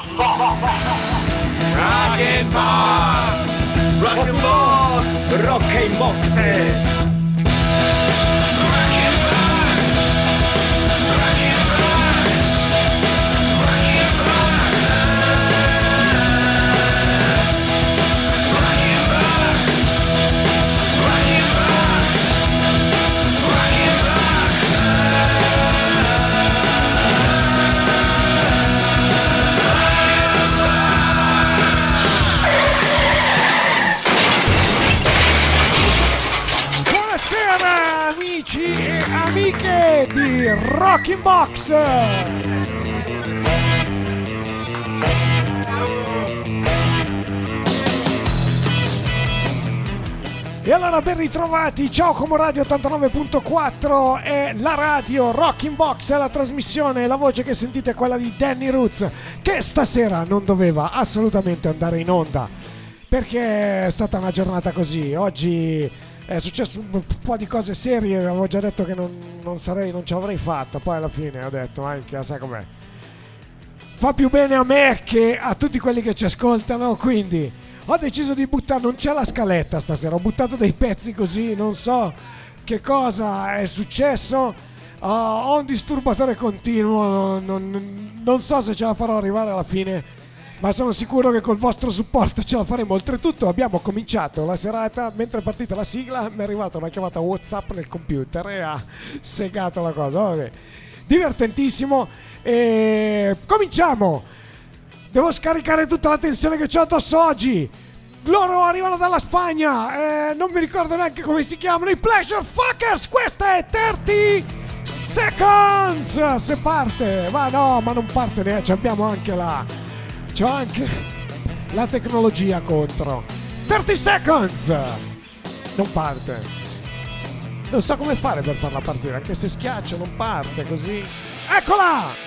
Rock and Box! Rock and Box! Rock and Box! Amici e amiche di Rockin' Box, e allora ben ritrovati. Ciao Como Radio 89.4 è la radio, Rockin' Box è la trasmissione, la voce che sentite è quella di Danny Roots, che stasera non doveva assolutamente andare in onda perché è stata una giornata così. Oggi è successo un po' di cose serie, avevo già detto che non ce l'avrei fatta, poi alla fine ho detto, ma sai com'è, fa più bene a me che a tutti quelli che ci ascoltano, quindi ho deciso di buttare, non c'è la scaletta stasera, ho buttato dei pezzi così, non so che cosa è successo, ho un disturbatore continuo, non so se ce la farò arrivare alla fine, ma sono sicuro che col vostro supporto ce la faremo. Oltretutto abbiamo cominciato la serata, mentre è partita la sigla mi è arrivata una chiamata WhatsApp nel computer e ha segato la cosa. Vabbè. Divertentissimo, e cominciamo. Devo scaricare tutta la tensione che ho addosso oggi. Loro arrivano dalla Spagna, non mi ricordo neanche come si chiamano, i Pleasure Fuckers. Questa è 30 Seconds. Se parte, ma no, ma non parte neanche, abbiamo anche c'ho anche la tecnologia contro. 30 Seconds non parte, non so come fare per farla partire, anche se schiaccio non parte così. Eccola!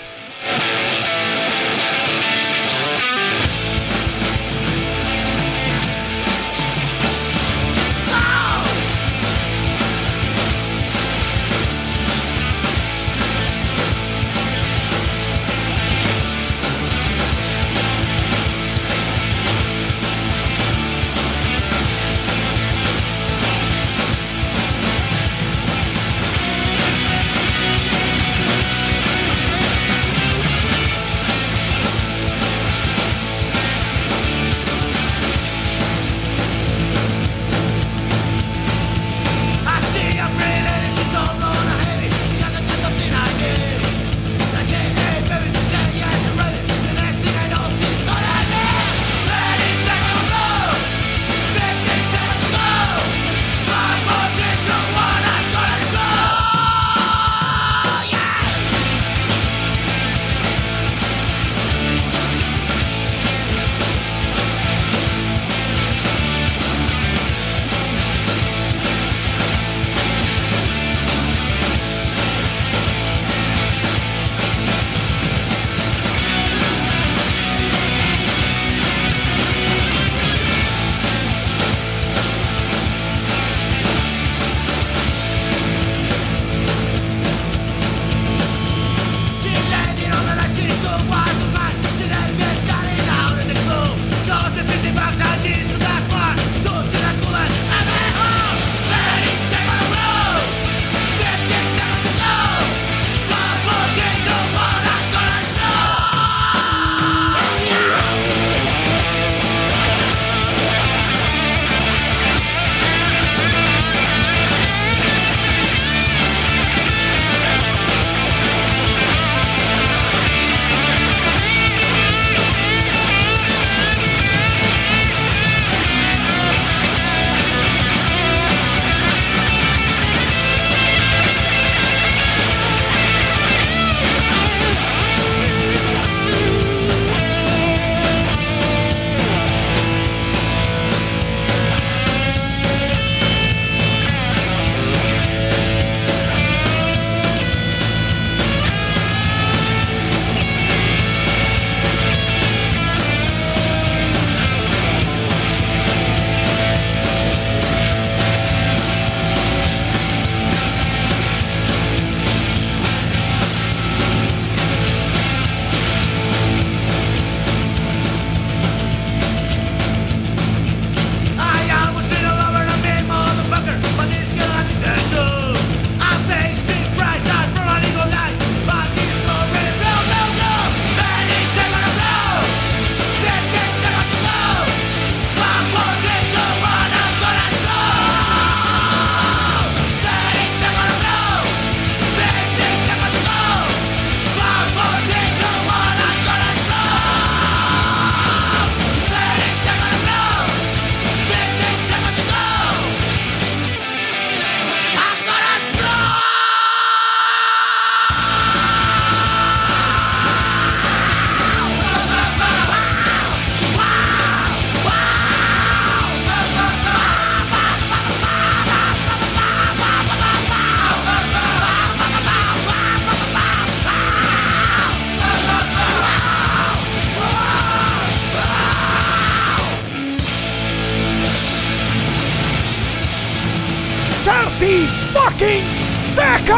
30 fucking seconds!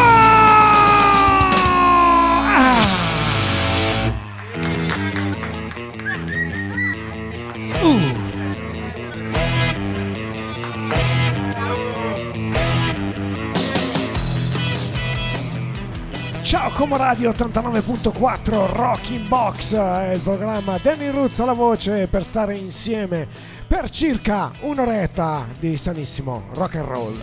Ciao Como Radio 89.4 Rocking Box, è il programma Danny Roots alla voce per stare insieme per circa un'oretta di sanissimo rock and roll.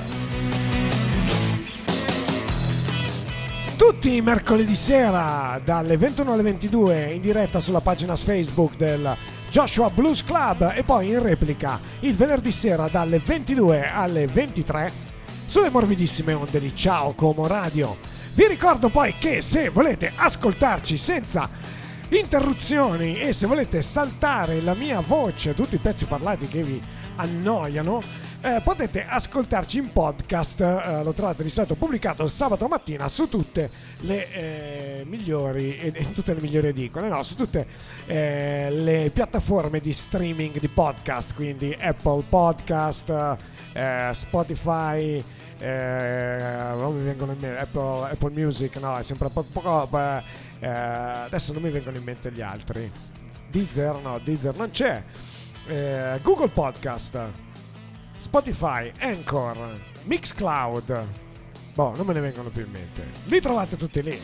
Tutti i mercoledì sera dalle 21 alle 22 in diretta sulla pagina Facebook del Joshua Blues Club e poi in replica il venerdì sera dalle 22 alle 23 sulle morbidissime onde di Ciao Como Radio. Vi ricordo poi che se volete ascoltarci senza interruzioni e se volete saltare la mia voce, tutti i pezzi parlati che vi annoiano, potete ascoltarci in podcast. Lo trovate di solito pubblicato il sabato mattina su tutte le migliori, e tutte le migliori edicole, no, su tutte le piattaforme di streaming di podcast, quindi Apple Podcast, Spotify, non mi vengono in mente Apple Music, no, è sempre un po', adesso non mi vengono in mente gli altri. Deezer non c'è, Google Podcast, Spotify, Anchor, Mixcloud, non me ne vengono più in mente, li trovate tutti lì.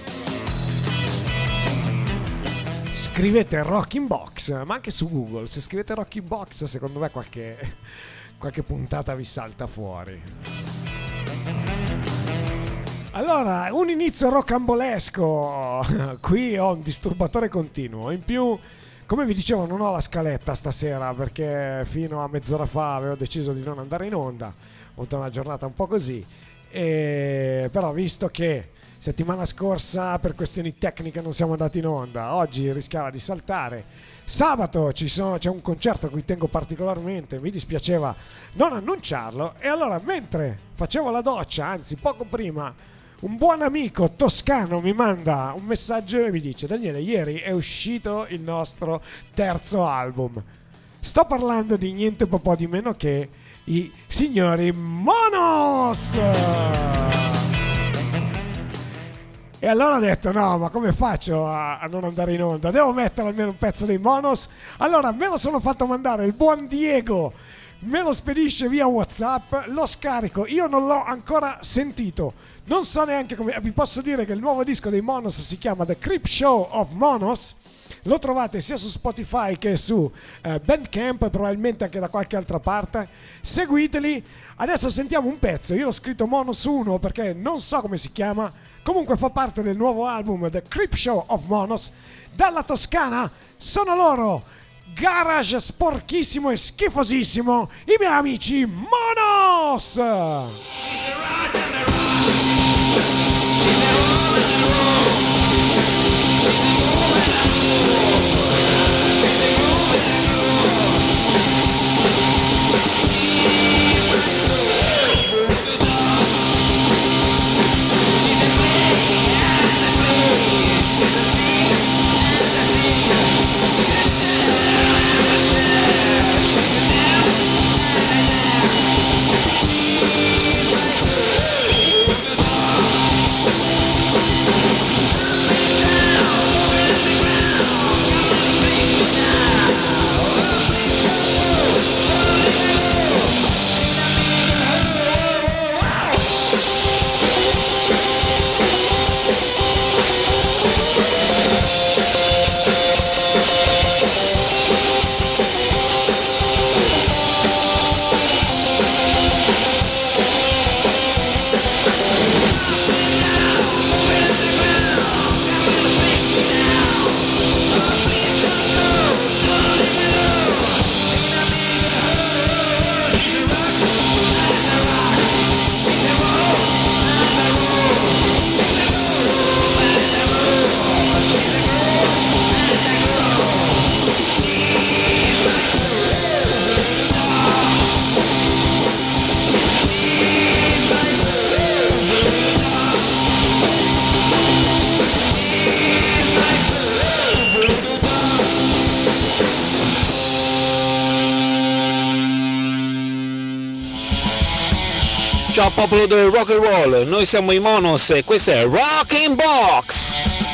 Scrivete Rocking Box, ma anche su Google, se scrivete Rocking Box secondo me qualche puntata vi salta fuori. Allora, un inizio rocambolesco, qui ho un disturbatore continuo, in più, come vi dicevo, non ho la scaletta stasera perché fino a mezz'ora fa avevo deciso di non andare in onda, ho avuto una giornata un po' così, però visto che settimana scorsa per questioni tecniche non siamo andati in onda, oggi rischiava di saltare. Sabato c'è un concerto a cui tengo particolarmente, mi dispiaceva non annunciarlo, e allora mentre facevo la doccia, anzi poco prima, un buon amico toscano mi manda un messaggio e mi dice: Daniele, ieri è uscito il nostro terzo album. Sto parlando di niente po' di meno che i signori Monos! E allora ho detto: no, ma come faccio a non andare in onda? Devo mettere almeno un pezzo dei Monos. Allora me lo sono fatto mandare, il buon Diego me lo spedisce via WhatsApp, lo scarico, io non l'ho ancora sentito, non so neanche come. Vi posso dire che il nuovo disco dei Monos si chiama The Creep Show of Monos, lo trovate sia su Spotify che su Bandcamp, probabilmente anche da qualche altra parte. Seguiteli. Adesso sentiamo un pezzo, io l'ho scritto Monos 1 perché non so come si chiama, comunque fa parte del nuovo album The Creep Show of Monos. Dalla Toscana sono loro, garage sporchissimo e schifosissimo, i miei amici Monos! Ciao popolo del rock and roll, noi siamo i Monos e questo è Rockin' Box!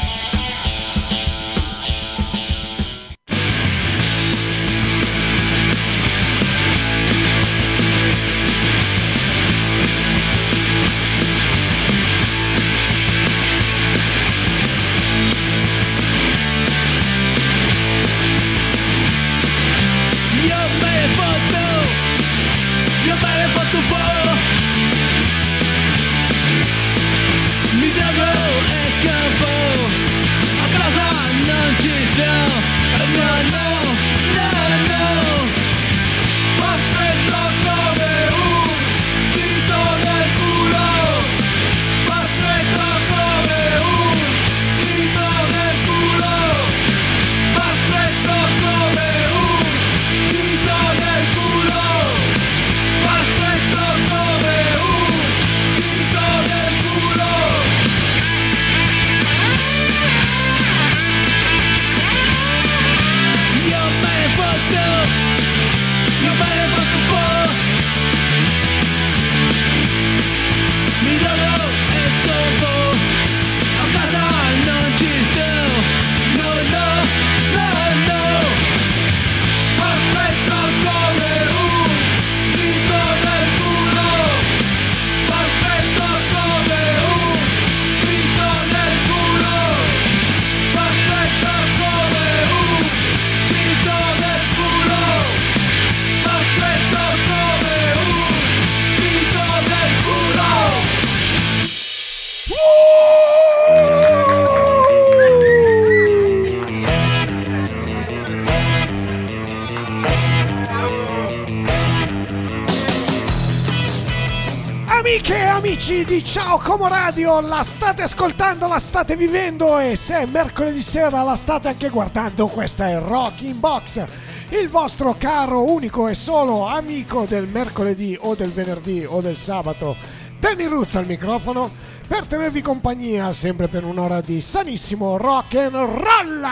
Amiche e amici di Ciao Como Radio, la state ascoltando, la state vivendo e se è mercoledì sera la state anche guardando, questa è Rockin' Box, il vostro caro, unico e solo amico del mercoledì o del venerdì o del sabato, Danny Roots al microfono, per tenervi compagnia sempre per un'ora di sanissimo rock and roll.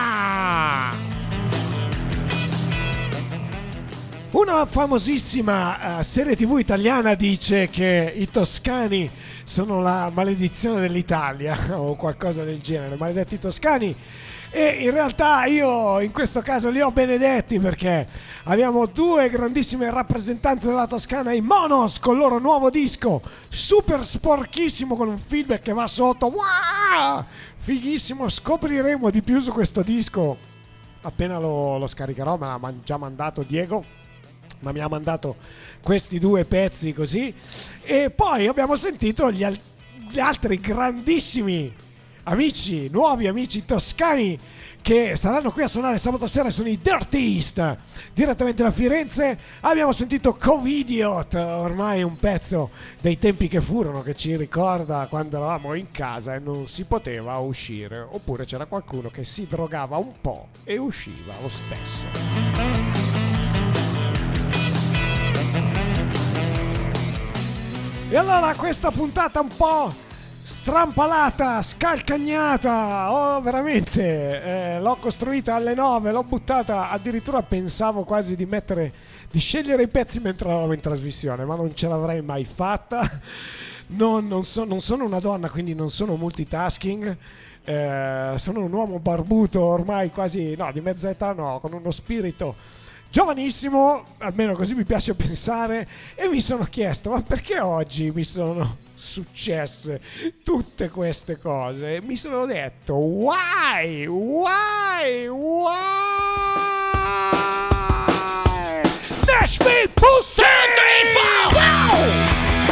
Una famosissima serie TV italiana dice che i toscani sono la maledizione dell'Italia o qualcosa del genere, maledetti toscani, e in realtà io in questo caso li ho benedetti perché abbiamo due grandissime rappresentanze della Toscana, i Monos, con il loro nuovo disco super sporchissimo con un feedback che va sotto, wow! Fighissimo, scopriremo di più su questo disco appena lo scaricherò, me l'ha già mandato Diego, ma mi ha mandato questi due pezzi così. E poi abbiamo sentito gli altri grandissimi amici, nuovi amici toscani che saranno qui a suonare sabato sera, sono i Dirty East, direttamente da Firenze. Abbiamo sentito Covidiot, ormai un pezzo dei tempi che furono, che ci ricorda quando eravamo in casa e non si poteva uscire, oppure c'era qualcuno che si drogava un po' e usciva lo stesso. E allora questa puntata un po' strampalata, scalcagnata, veramente l'ho costruita alle 9, l'ho buttata, addirittura pensavo quasi di scegliere i pezzi mentre eravamo in trasmissione, ma non ce l'avrei mai fatta. Non sono una donna, quindi non sono multitasking. Sono un uomo barbuto ormai quasi, no, di mezza età no, con uno spirito giovanissimo, almeno così mi piace pensare, e mi sono chiesto, ma perché oggi mi sono successe tutte queste cose? Mi sono detto, why? Nashville Pussy! 2, 3, 4, wow!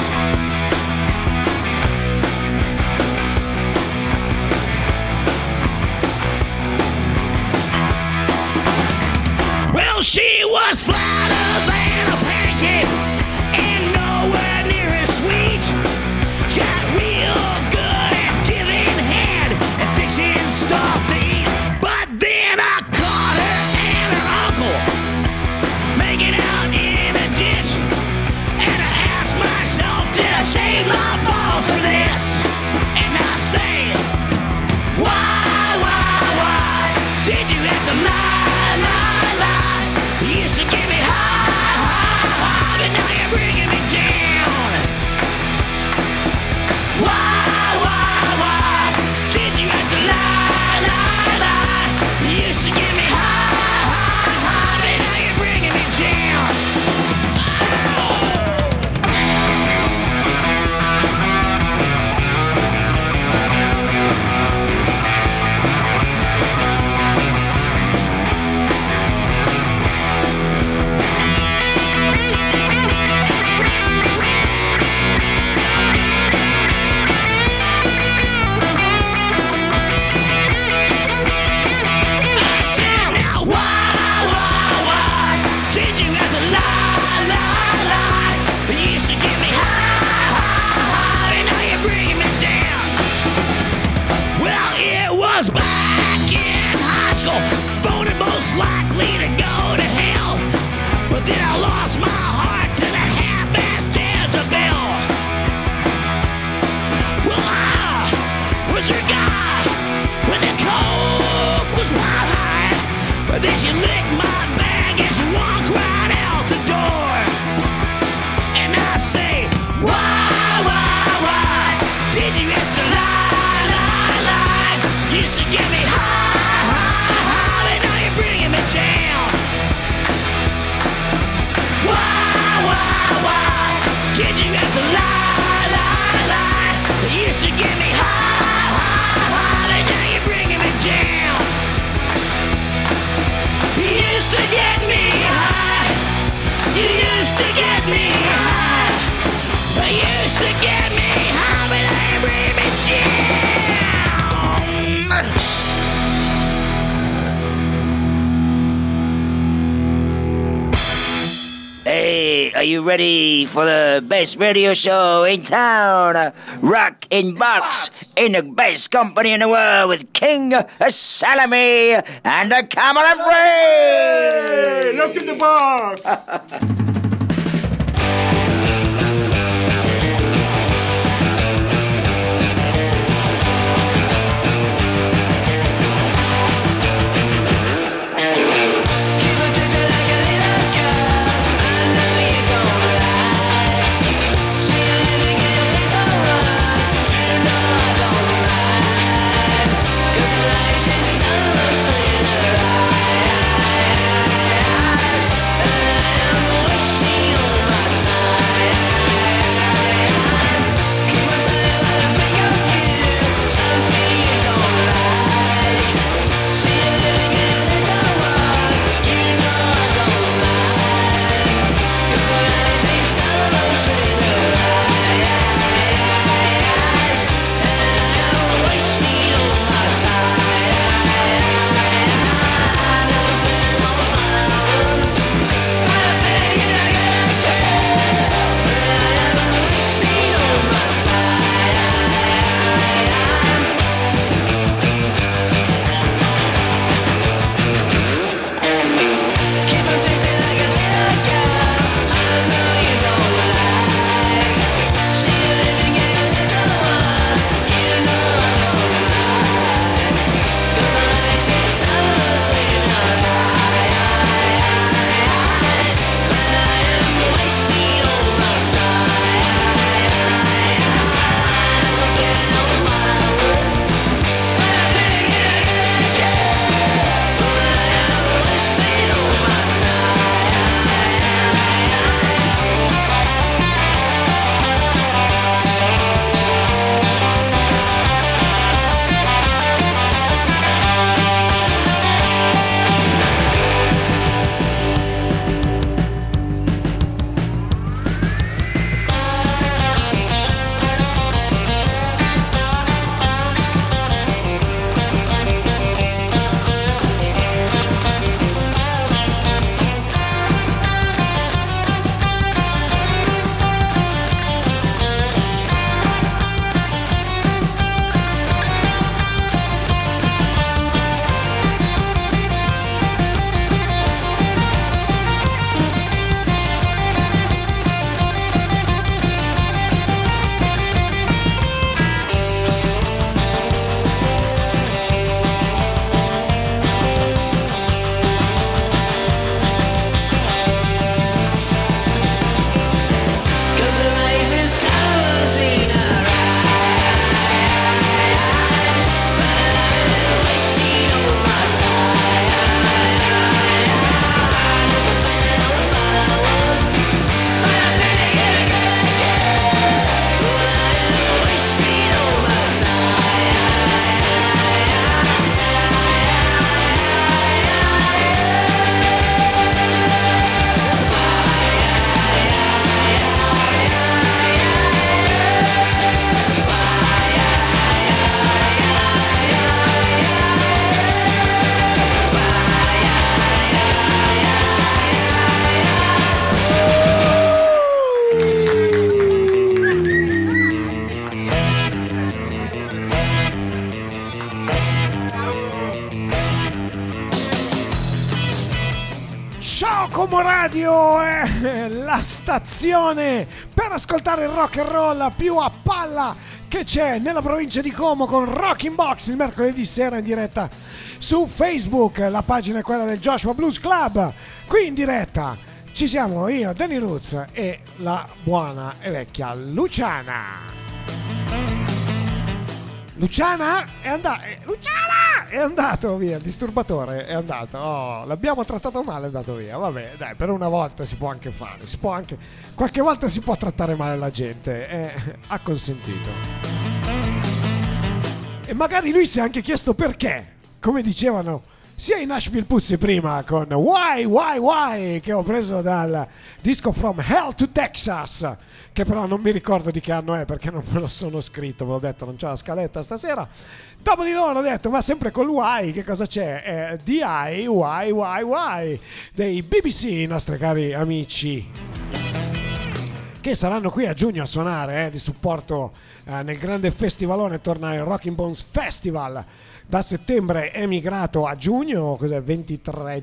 Well, she was flatter than a pancake and nowhere near as sweet. She got real good at giving head and fixing stuff to eat. But then I caught her and her uncle making out in a ditch, and I asked myself, did I shave my balls for this? And I say, why did you have to lie? You used to get me high, but now pick my baggage and walk right out the door. And I say, why did you have to lie? Used to get me high, but now you're bringing me down. Why did you have to lie? You used to get me high, but now you're bringing me down. You used to get me high. You used to get me high. You used to get me high, but now you're bringing me down. Hey, are you ready for the best radio show in town? Rock in Box, in the best company in the world with King Salami and the Camera Free! Rock in the Box! Como Radio è la stazione per ascoltare il rock and roll più a palla che c'è nella provincia di Como con Rocking Box il mercoledì sera in diretta su Facebook. La pagina è quella del Joshua Blues Club. Qui in diretta ci siamo io, Danny Roots, e la buona e vecchia Luciana. Luciana è andato via, il disturbatore è andato. Oh, l'abbiamo trattato male, è andato via. Vabbè, dai, per una volta si può anche fare, qualche volta si può trattare male la gente, ha consentito. E magari lui si è anche chiesto perché, come dicevano sia i Nashville Pussy prima con Why, che ho preso dal disco From Hell to Texas, che però non mi ricordo di che anno è perché non me lo sono scritto, ve l'ho detto, non c'è la scaletta stasera. Dopo di loro ho detto, ma sempre col Why, che cosa c'è? D-I-Y dei BBC, i nostri cari amici, che saranno qui a giugno a suonare di supporto nel grande festivalone. Torna il Rocking Bones Festival. Da settembre è migrato a giugno, cos'è? 24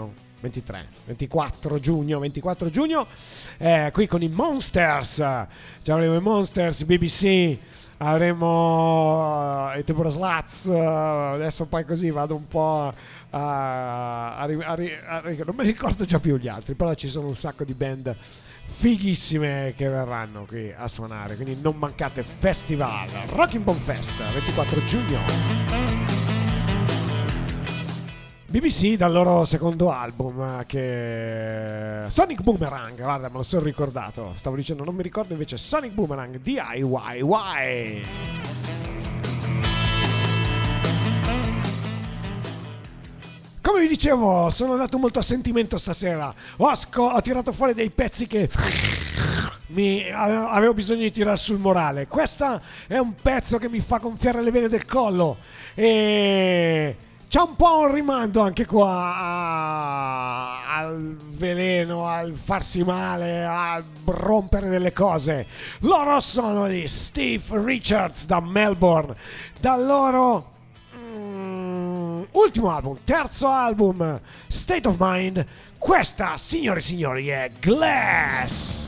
giugno, qui con i Monsters. Già avremo i Monsters, BBC, avremo i Deborah Slats, adesso poi così vado un po' non mi ricordo già più gli altri, però ci sono un sacco di band fighissime che verranno qui a suonare, quindi non mancate. Festival Rocking Bone Fest 24 giugno. BBC dal loro secondo album, che Sonic Boomerang, guarda, me lo sono ricordato, stavo dicendo non mi ricordo, invece Sonic Boomerang DIY. Come vi dicevo, sono andato molto a sentimento stasera. Ho tirato fuori dei pezzi che avevo bisogno di tirare sul morale. Questo è un pezzo che mi fa gonfiare le vene del collo e c'è un po' un rimando anche qua al veleno, al farsi male, a rompere delle cose. Loro sono di Steve Richards da Melbourne, dal loro ultimo album, terzo album, State of Mind. Questa, signore e signori, è Glass.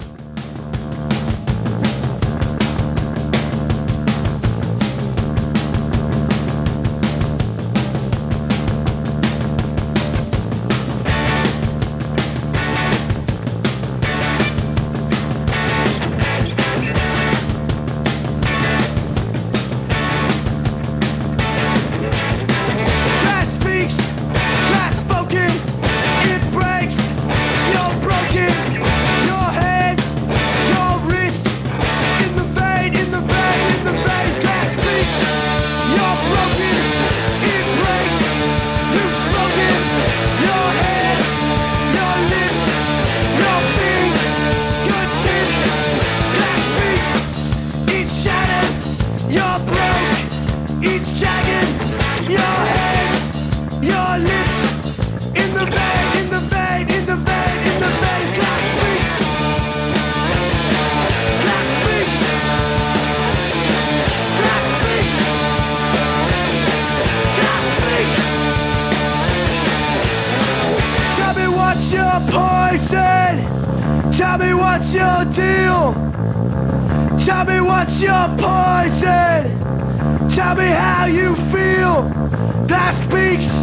Tell me what's your deal. Tell me what's your poison. Tell me how you feel. That speaks.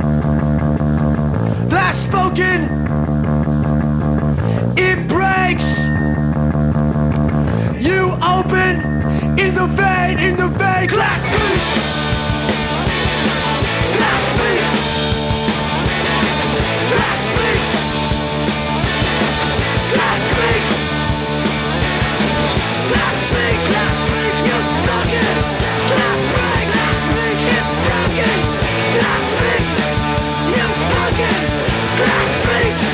That's spoken. It breaks. You open in the vein, in the vein. Glass speaks. Glass speaks. Glass speaks. Glass speaks. Glass speaks. Glass speaks. You're spoken. Glass breaks. Glass speaks. It's broken. Glass speaks. You've spoken. Glass speaks.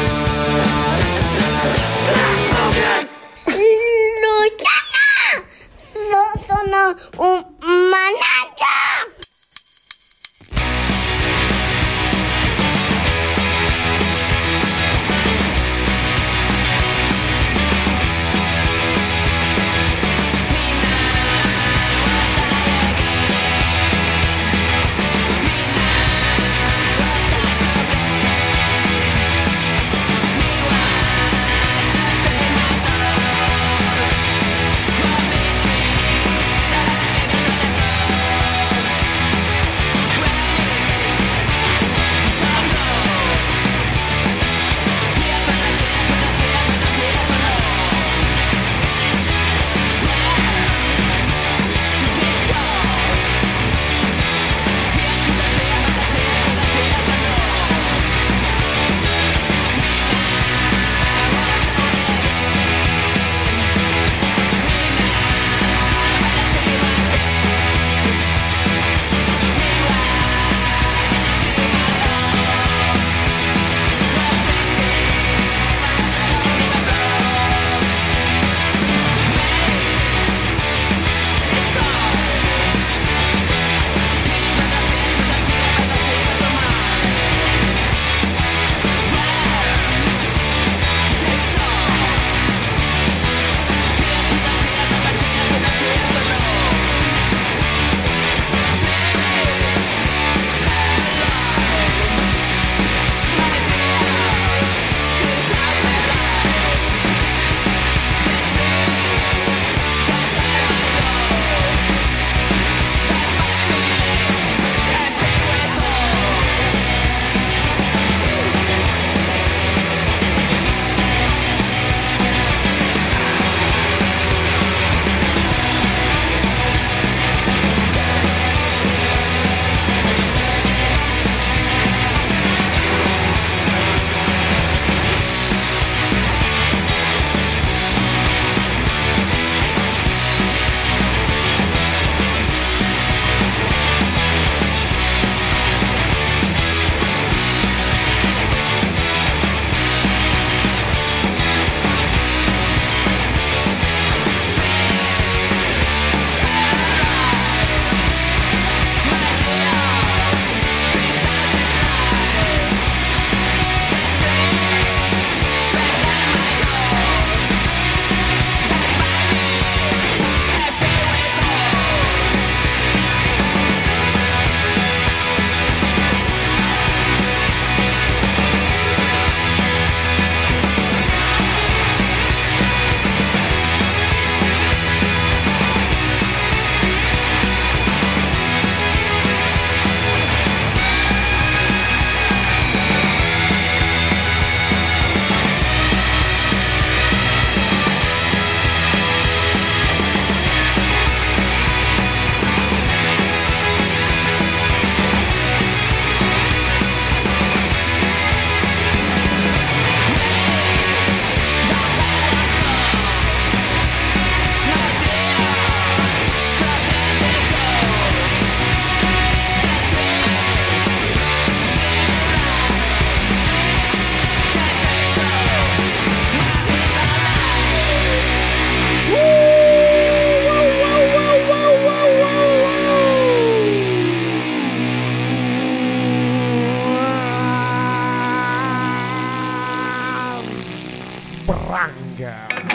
Sprang.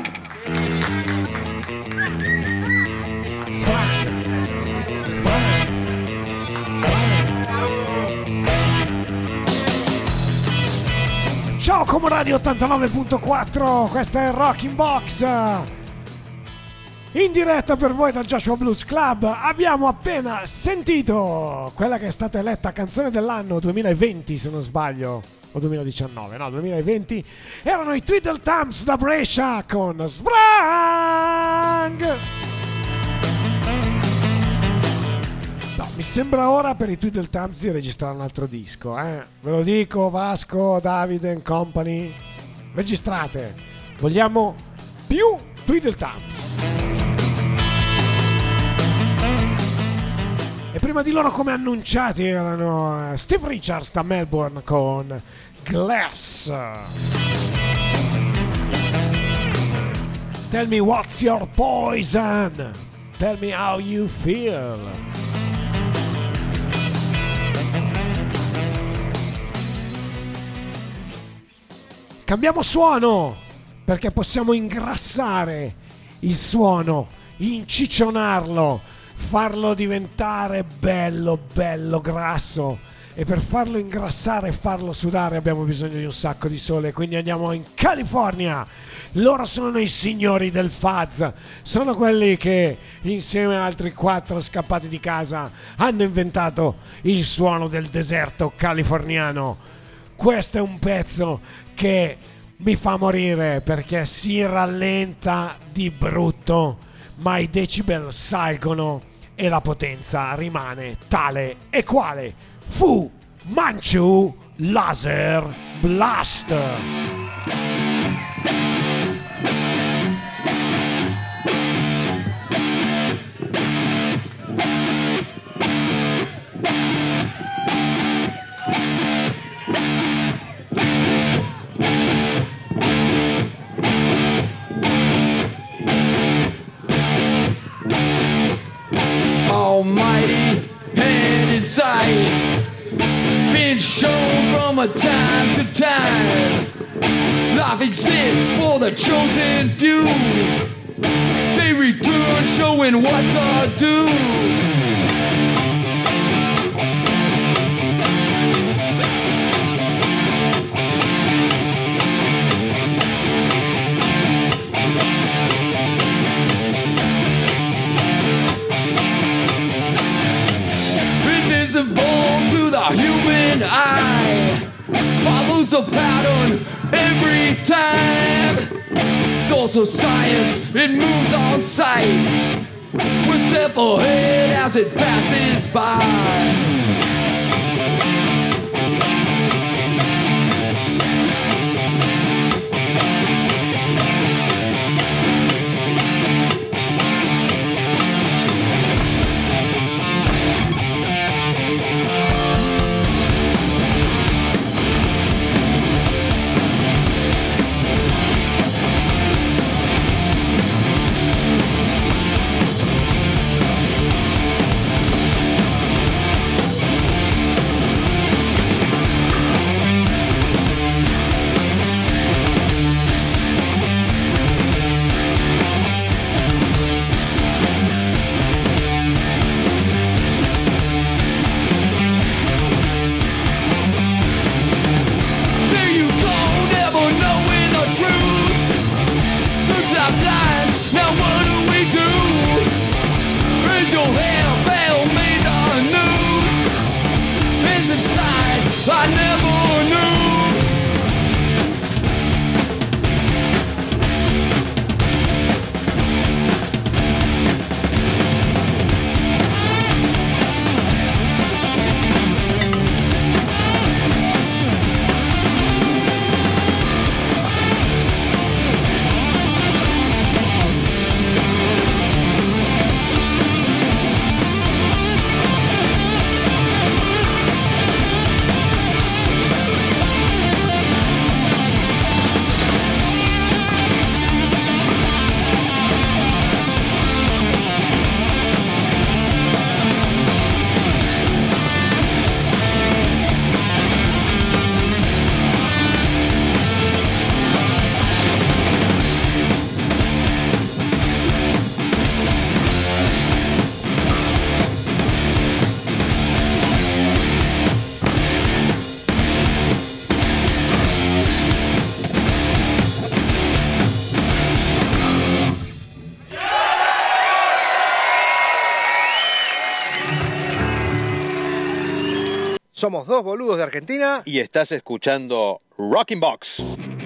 Ciao Comoradio 89.4, questa è Rocking Box. In diretta per voi dal Joshua Blues Club. Abbiamo appena sentito quella che è stata eletta canzone dell'anno 2020, se non sbaglio, o 2019, no, 2020. Erano i Twiddle Thumbs da Brescia con Sprang. No, mi sembra ora per i Twiddle Thumbs di registrare un altro disco, Ve lo dico, Vasco, Davide and Company, registrate. Vogliamo più Twiddle Thumbs. E prima di loro, come annunciati, erano Steve Richards da Melbourne con Glass. Tell me what's your poison. Tell me how you feel. Cambiamo suono, perché possiamo ingrassare il suono, inciccionarlo, farlo diventare bello grasso, e per farlo ingrassare e farlo sudare abbiamo bisogno di un sacco di sole, quindi andiamo in California. Loro sono i signori del fuzz, sono quelli che insieme a altri 4 scappati di casa hanno inventato il suono del deserto californiano. Questo è un pezzo che mi fa morire perché si rallenta di brutto, ma i decibel salgono e la potenza rimane tale e quale. Fu Manchu Laser Blast. Almighty hand in sight, been shown from a time to time. Life exists for the chosen few. They return showing what to do. Invisible to the human eye, follows a pattern every time. Source of science, it moves on sight. One step ahead as it passes by. Somos dos boludos de Argentina Y estás escuchando Rockin' Box.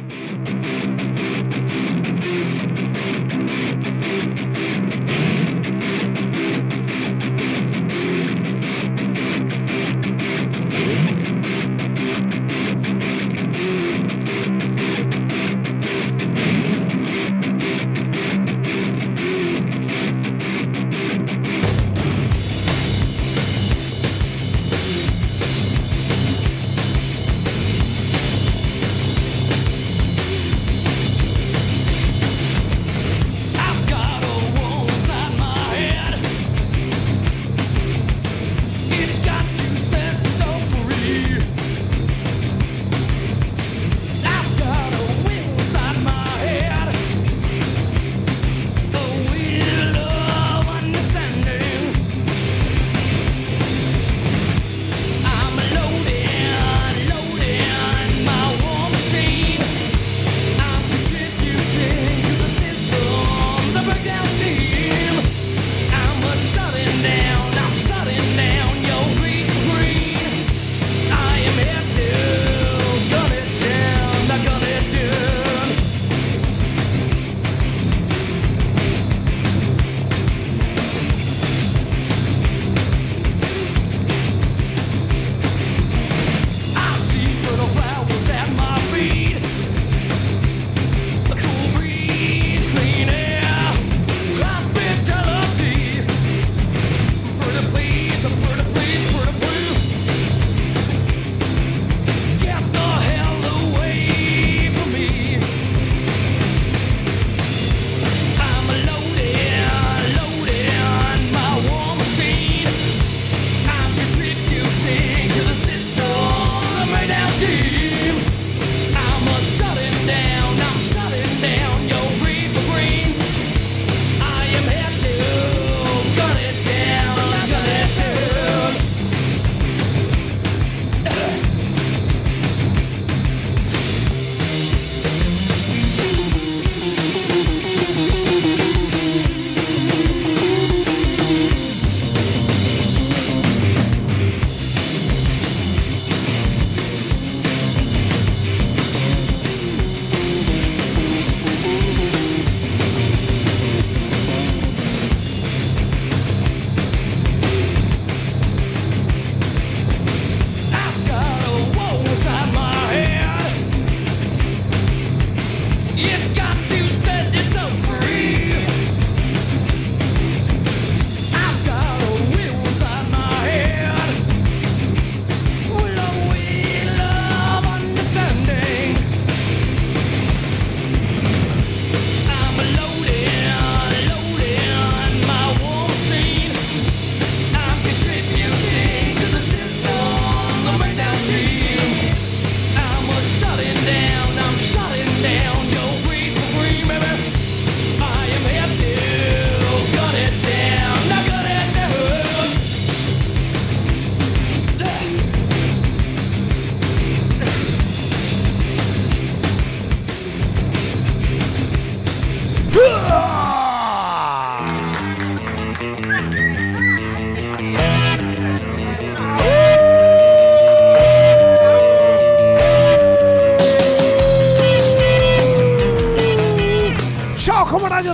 Como Radio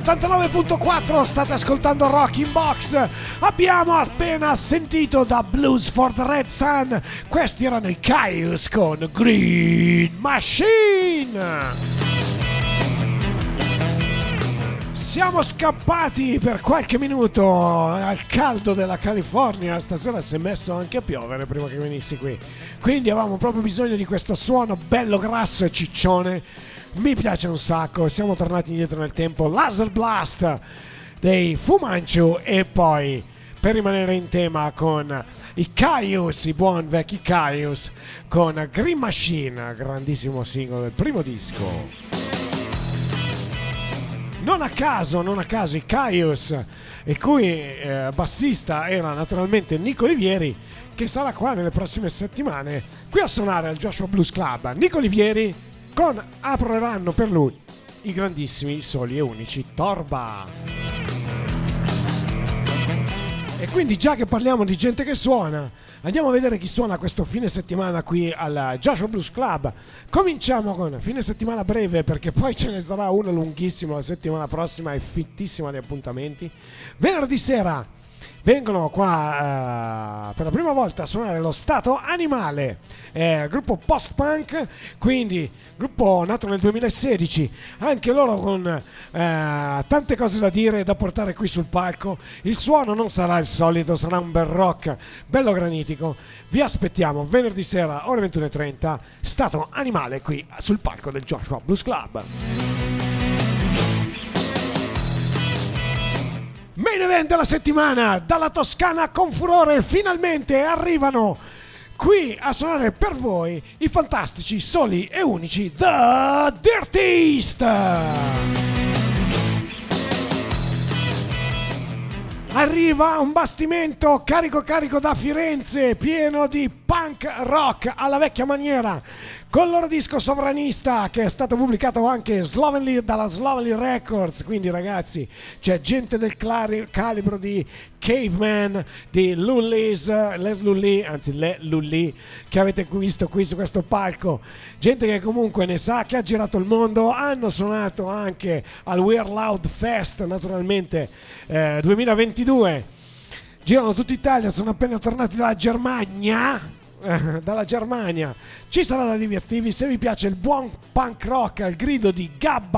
89.4 state ascoltando Rockin' Box. Abbiamo appena sentito da Blues for the Red Sun. Questi erano i Caius con Green Machine. Siamo scappati per qualche minuto al caldo della California. Stasera si è messo anche a piovere prima che venissi qui, quindi avevamo proprio bisogno di questo suono bello grasso e ciccione. Mi piace un sacco. Siamo tornati indietro nel tempo. Laser Blast dei Fu Manchu. E poi, per rimanere in tema, con i Caius, i buon vecchi Caius, con Green Machine, grandissimo singolo del primo disco. Non a caso i Caius, il cui bassista era naturalmente Nico Olivieri, che sarà qua nelle prossime settimane qui a suonare al Joshua Blues Club. Nico Olivieri apriranno per lui i grandissimi, soli e unici Torba. E quindi già che parliamo di gente che suona, andiamo a vedere chi suona questo fine settimana qui al Joshua Blues Club. Cominciamo con fine settimana breve perché poi ce ne sarà uno lunghissimo la settimana prossima e fittissima di appuntamenti. Venerdì sera vengono qua per la prima volta a suonare lo Stato Animale, gruppo post-punk, quindi gruppo nato nel 2016, anche loro con tante cose da dire e da portare qui sul palco. Il suono non sarà il solito, sarà un bel rock, bello granitico. Vi aspettiamo venerdì sera ore 21:30, Stato Animale qui sul palco del Joshua Blues Club. Main event della settimana, dalla Toscana con furore, finalmente arrivano qui a suonare per voi i fantastici, soli e unici The Dirtiest. Arriva un bastimento carico da Firenze, pieno di punk rock alla vecchia maniera, con il loro disco Sovranista, che è stato pubblicato anche dalla Slovenly Records. Quindi ragazzi, c'è gente del calibro di Caveman, di Les Lully, che avete visto qui su questo palco, gente che comunque ne sa, che ha girato il mondo. Hanno suonato anche al We're Loud Fest, naturalmente 2022, girano tutta Italia, sono appena tornati dalla Germania. Ci sarà da divertirvi se vi piace il buon punk rock al grido di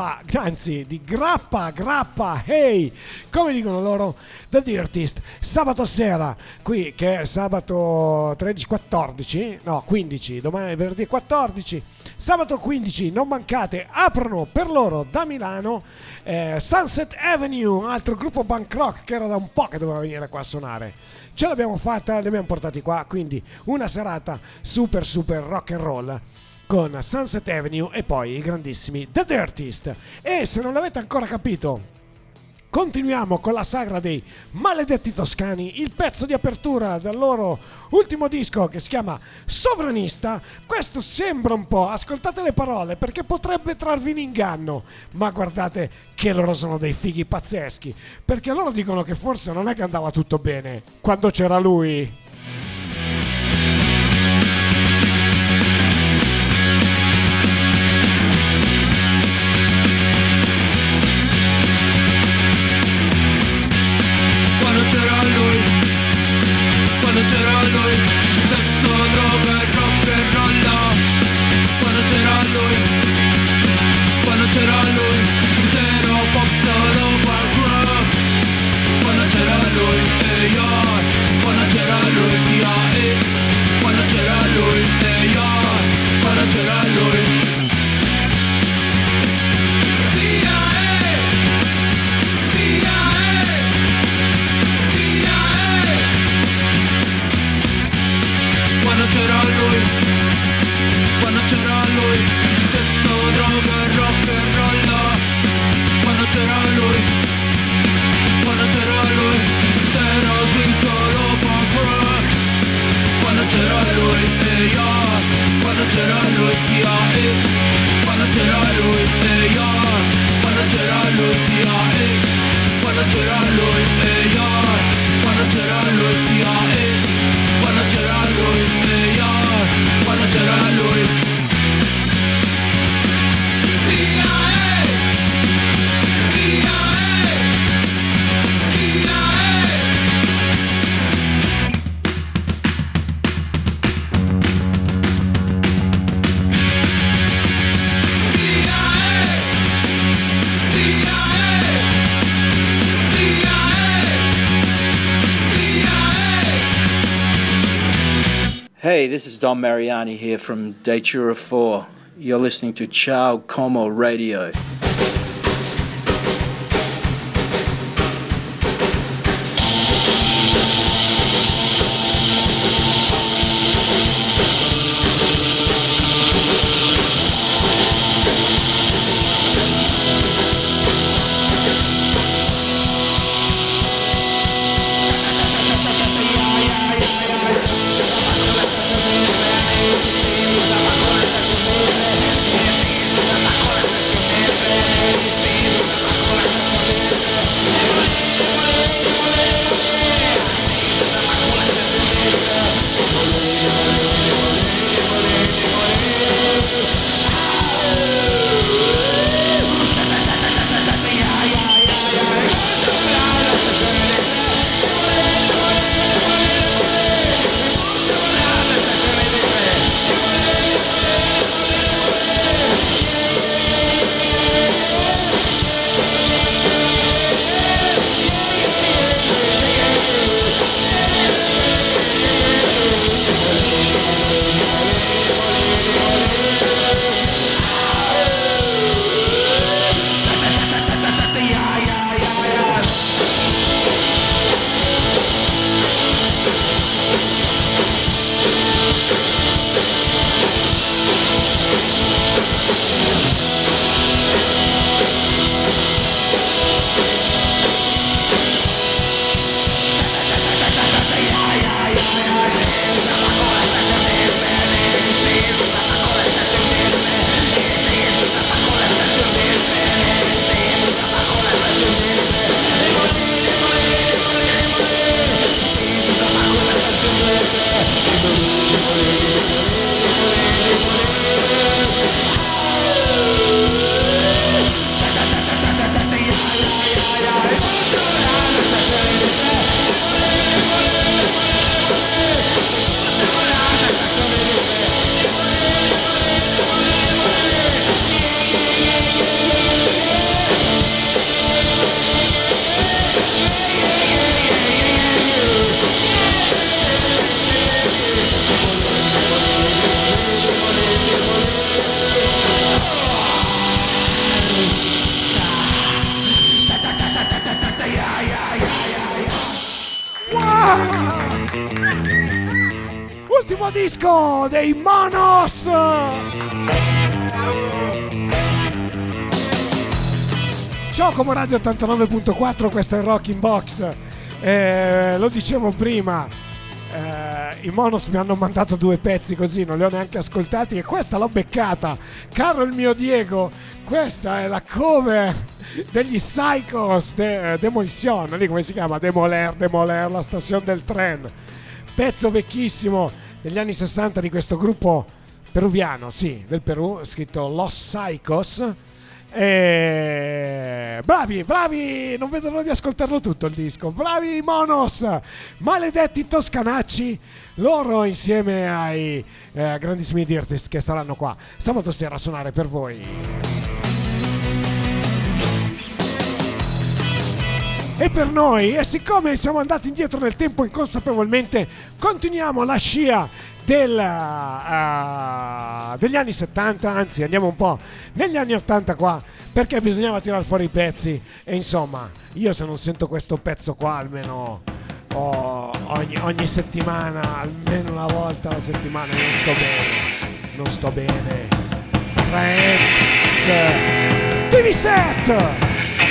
grappa, hey, come dicono loro, The Dirtiest. Sabato sera qui, che è sabato 15, domani è venerdì 14, sabato 15 non mancate, aprono per loro da Milano Sunset Avenue, un altro gruppo punk rock che era da un po' che doveva venire qua a suonare. Ce l'abbiamo fatta, li abbiamo portati qua, quindi una serata super rock and roll con Sunset Avenue e poi i grandissimi The Dirtiest. E se non l'avete ancora capito, continuiamo con la sagra dei Maledetti Toscani, il pezzo di apertura del loro ultimo disco che si chiama Sovranista. Questo sembra un po', ascoltate le parole perché potrebbe trarvi in inganno, ma guardate che loro sono dei fighi pazzeschi, perché loro dicono che forse non è che andava tutto bene quando c'era lui. Quando c'era lui, sesso, droga e rock and roll. Quando c'era lui, zero pop, solo punk rock. Quando c'era lui, quando c'era lui, quando c'era lui, quando c'era lui. Quando c'era lui, sesso, droga e rock and roll. Quando c'era lui, zero swing, solo punk rock. Quando c'era lui, quando c'era lui, quando c'era lui, quando c'era lui, quando c'era lui, quando c'era lui, quando c'era lui, quando c'era lui. Hey, this is Don Mariani here from Datura 4. You're listening to Ciao Como Radio. Santa Cola Estación Verde, nuovo disco dei Monos. Ciao come Radio 89.4, questo è il Rocking Box. Lo dicevo prima, i Monos mi hanno mandato 2 pezzi così, non li ho neanche ascoltati e questa l'ho beccata. Caro il mio Diego, questa è la cover degli Psychos, Demolition, lì come si chiama? Demoler, la stazione del tren. Pezzo vecchissimo degli anni 60 di questo gruppo peruviano, sì, del Perù, scritto Los Psychos. Bravi, non vedo l'ora di ascoltarlo tutto il disco. Bravi Monos, maledetti toscanacci, loro insieme ai grandissimi artisti che saranno qua sabato sera a suonare per voi. E per noi, e siccome siamo andati indietro nel tempo inconsapevolmente, continuiamo la scia degli anni 70, anzi andiamo un po' negli anni 80 qua, perché bisognava tirare fuori i pezzi e insomma io se non sento questo pezzo qua almeno ogni settimana, almeno una volta alla settimana non sto bene. Tramps TV set.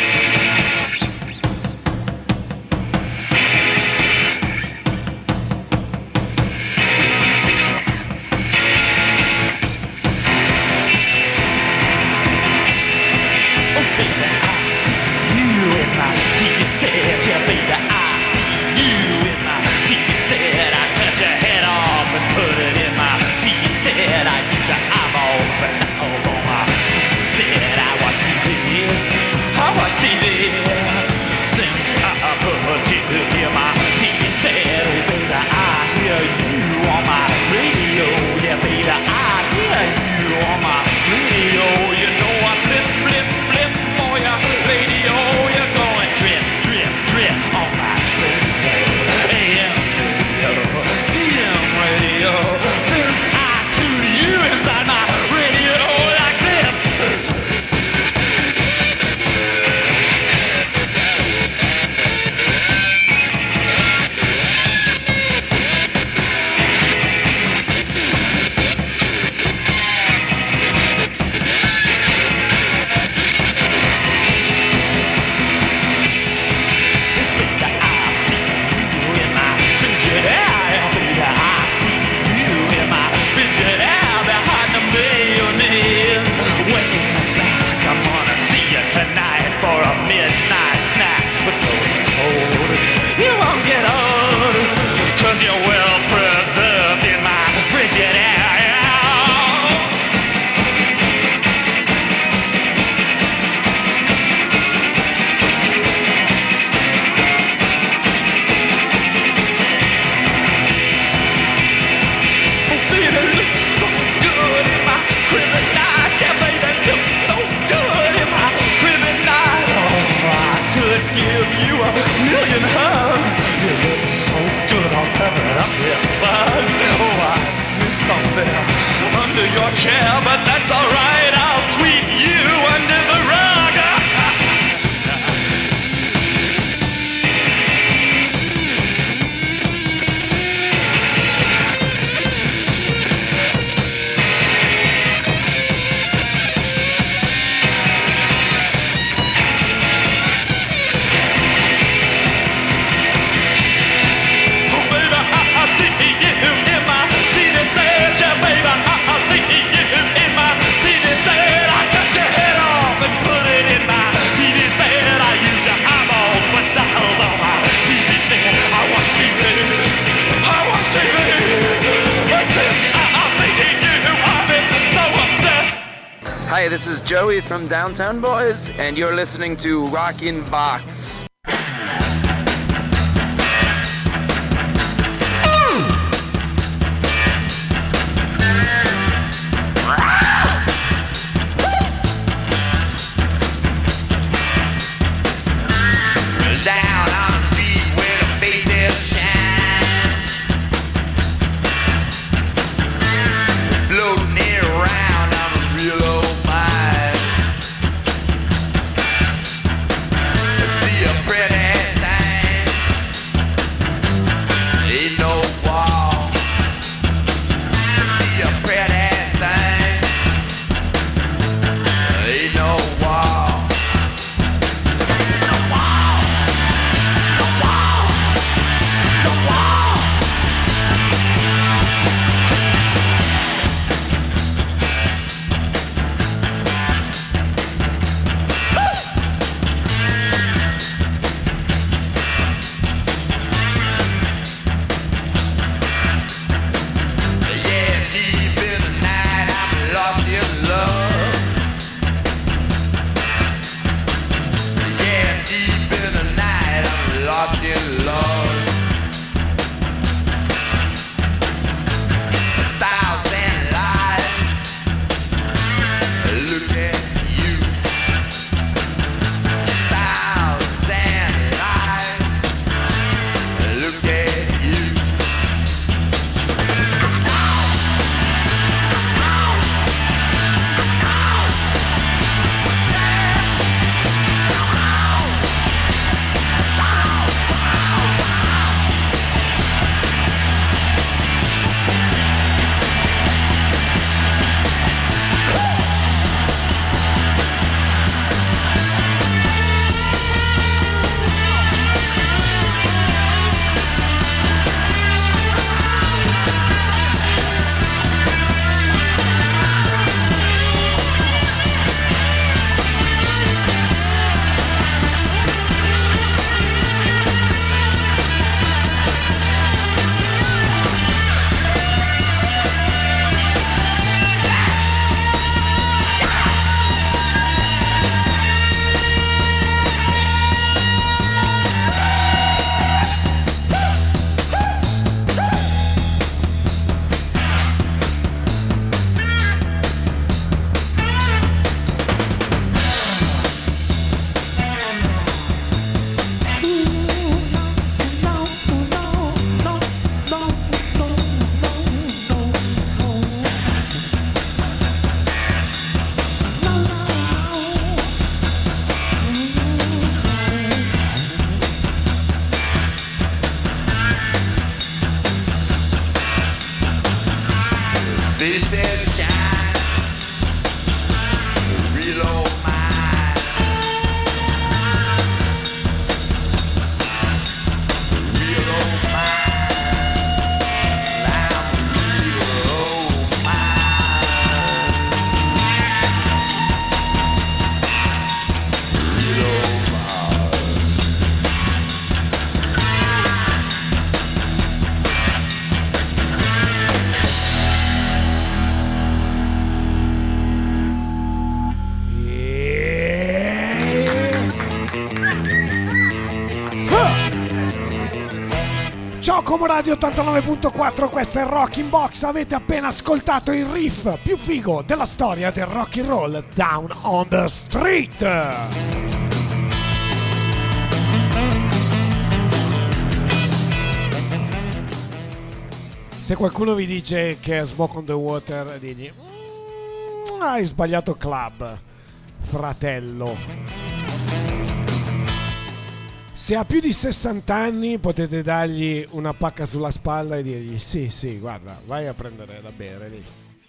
Hi, this is Joey from Downtown Boys, and you're listening to Rockin' Box. See 'em Como Radio 89.4, questo è Rockin' Box. Avete appena ascoltato il riff più figo della storia del rock and roll, Down on the Street. Se qualcuno vi dice che è Smoke on the Water, digli hai sbagliato club, fratello. Se ha più di 60 anni potete dargli una pacca sulla spalla e dirgli sì, guarda, vai a prendere da bere lì.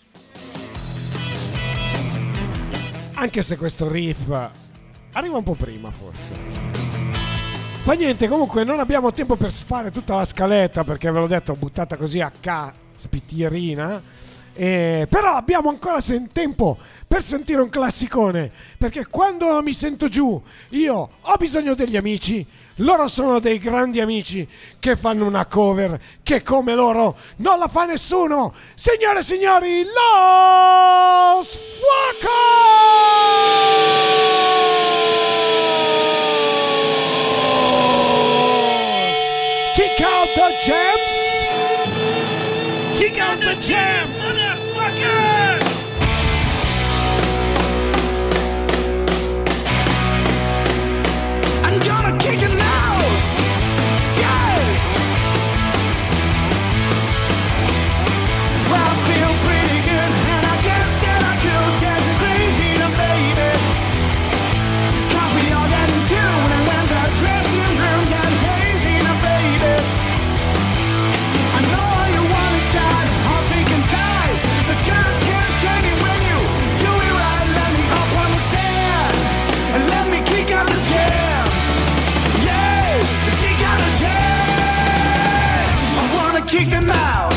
Anche se questo riff arriva un po' prima forse. Fa niente, comunque non abbiamo tempo per fare tutta la scaletta perché ve l'ho detto, buttata così a caspiterina. Però abbiamo ancora tempo per sentire un classicone, perché quando mi sento giù io ho bisogno degli amici. Loro sono dei grandi amici che fanno una cover che come loro non la fa nessuno. Signore e signori, Los Fuacos! Kick out the gems! Kick out the gems! Motherfucker! I'm gonna kick it now! Yeah! Well, I feel pretty good, and I guess that I could get crazy now, baby. 'Cause we all get in tune, and when the dressing room get hazy now, baby. I know you want a child, I'm thinking tight. The guys can't take it when you do it right. Let me up on the stand, and let me kick out the jam. Kick them out.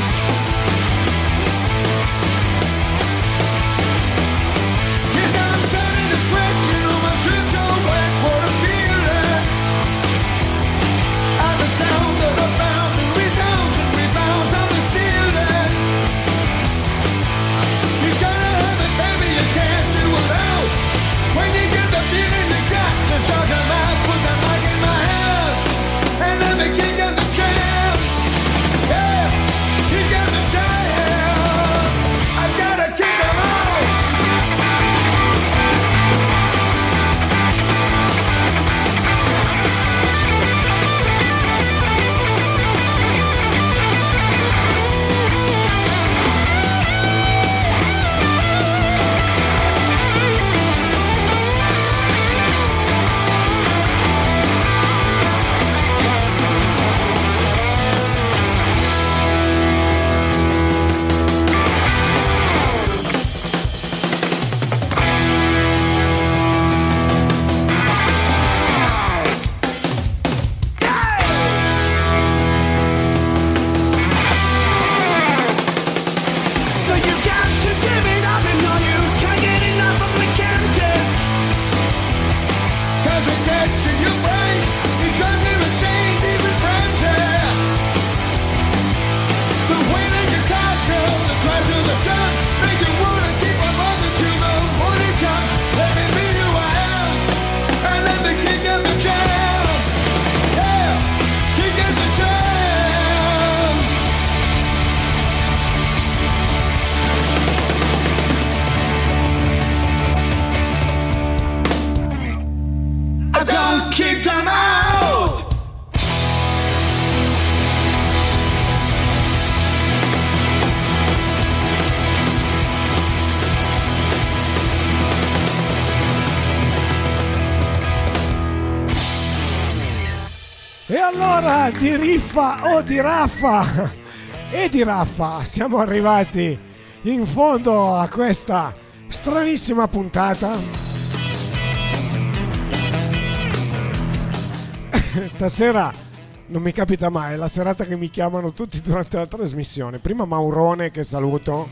Yes, I'm starting to sweat, you know my shirt's all wet. What a feeling. And the sound of the bounce and rebounds on the ceiling. You gotta have it, baby, you can't do without. When you get the feeling, you got to shout them out. Put that mic in my hand and let me kick up the jam. Yeah, he got the jam. I gotta kick him out. E allora di riffa o di raffa e di raffa siamo arrivati in fondo a questa stranissima puntata. Stasera non mi capita mai, è la serata che mi chiamano tutti durante la trasmissione. Prima Maurone, che saluto,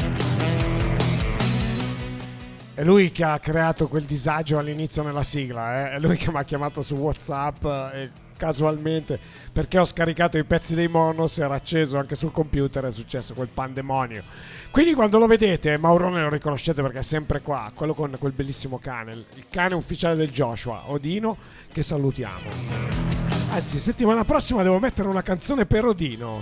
è lui che ha creato quel disagio all'inizio nella sigla, è lui che mi ha chiamato su WhatsApp casualmente perché ho scaricato i pezzi dei Monos, era acceso anche sul computer, è successo quel pandemonio. Quindi quando lo vedete Maurone lo riconoscete perché è sempre qua, quello con quel bellissimo cane, il cane ufficiale del Joshua, Odino, che salutiamo. Anzi, settimana prossima devo mettere una canzone per Odino.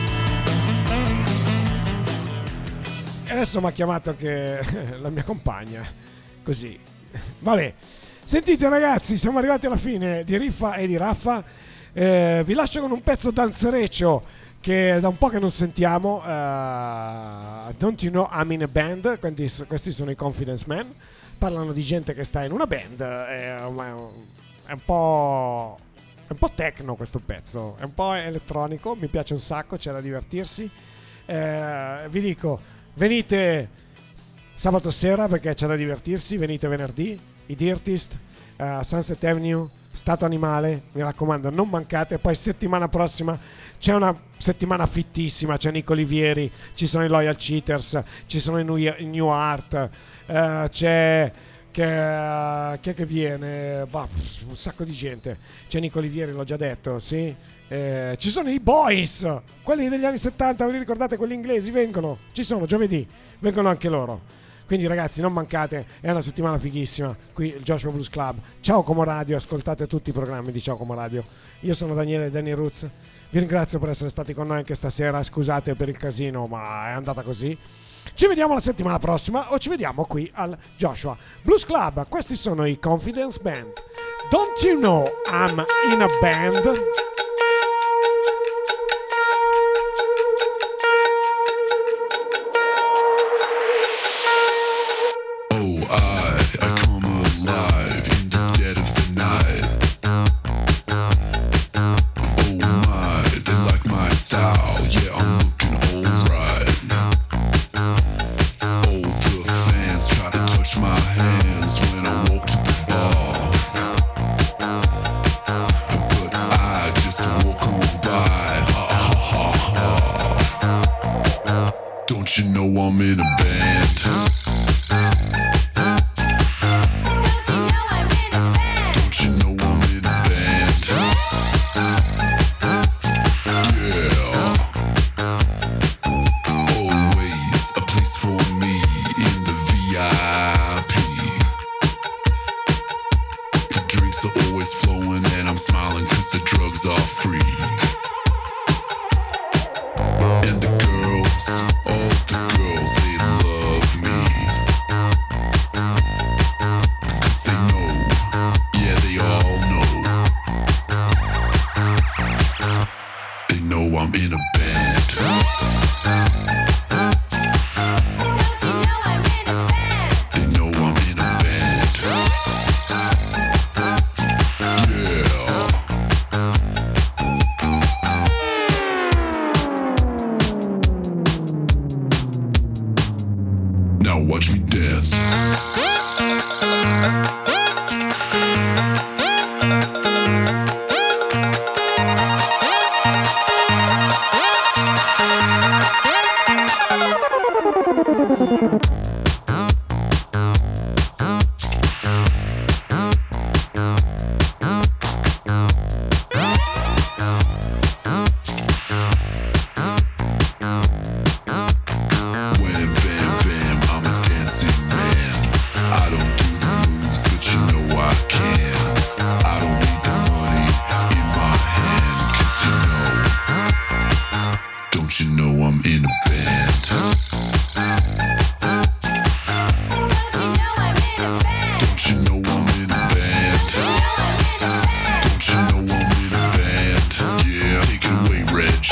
E adesso mi ha chiamato anche la mia compagna. Così. Vabbè. Sentite ragazzi, siamo arrivati alla fine di Riffa e di Raffa. Vi lascio con un pezzo danzereccio che da un po' che non sentiamo. Don't You Know I'm in a Band. Questi sono i Confidence Man. Parlano di gente che sta in una band. È un po' techno questo pezzo, è un po' elettronico, mi piace un sacco, c'è da divertirsi. Vi dico, venite sabato sera perché c'è da divertirsi, venite venerdì, i Dirtist, Sunset Avenue, Stato Animale, mi raccomando non mancate. Poi settimana prossima c'è una settimana fittissima, c'è Nico Olivieri, ci sono i Loyal Cheaters, ci sono i New Art, c'è chi è che viene? Bah, un sacco di gente. C'è Nico Olivieri, l'ho già detto, sì. Ci sono i Boys, quelli degli anni 70, vi ricordate quelli inglesi? Vengono, ci sono giovedì, vengono anche loro. Quindi ragazzi non mancate, è una settimana fighissima qui il Joshua Blues Club. Ciao Como Radio, ascoltate tutti i programmi di Ciao Como Radio. Io sono Daniele Danny Roots, vi ringrazio per essere stati con noi anche stasera, scusate per il casino ma è andata così. Ci vediamo la settimana prossima o ci vediamo qui al Joshua Blues Club. Questi sono i Confidence Band. Don't You Know I'm in a Band? I'm in a band. Don't you know I'm in a band? Yeah. Always a place for me in the VIP. The drinks are always flowing and I'm smiling 'cause the drugs are free. And the girls, all the girls, they love me. Because they know, yeah, they all know. They know I'm in a band. They know I'm in a band. Yeah. Now watch me dance. Wham, bam, bam, I'm a dancing man. I don't do the moves, but you know I can. I don't need the money in my hand, 'cause you know, don't you know I'm in a band? Don't you know I'm in a band? Don't you know I'm in a band? Yeah, take it away, Reg.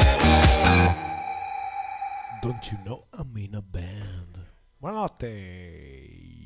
Don't you know I'm in a band? Buonanotte.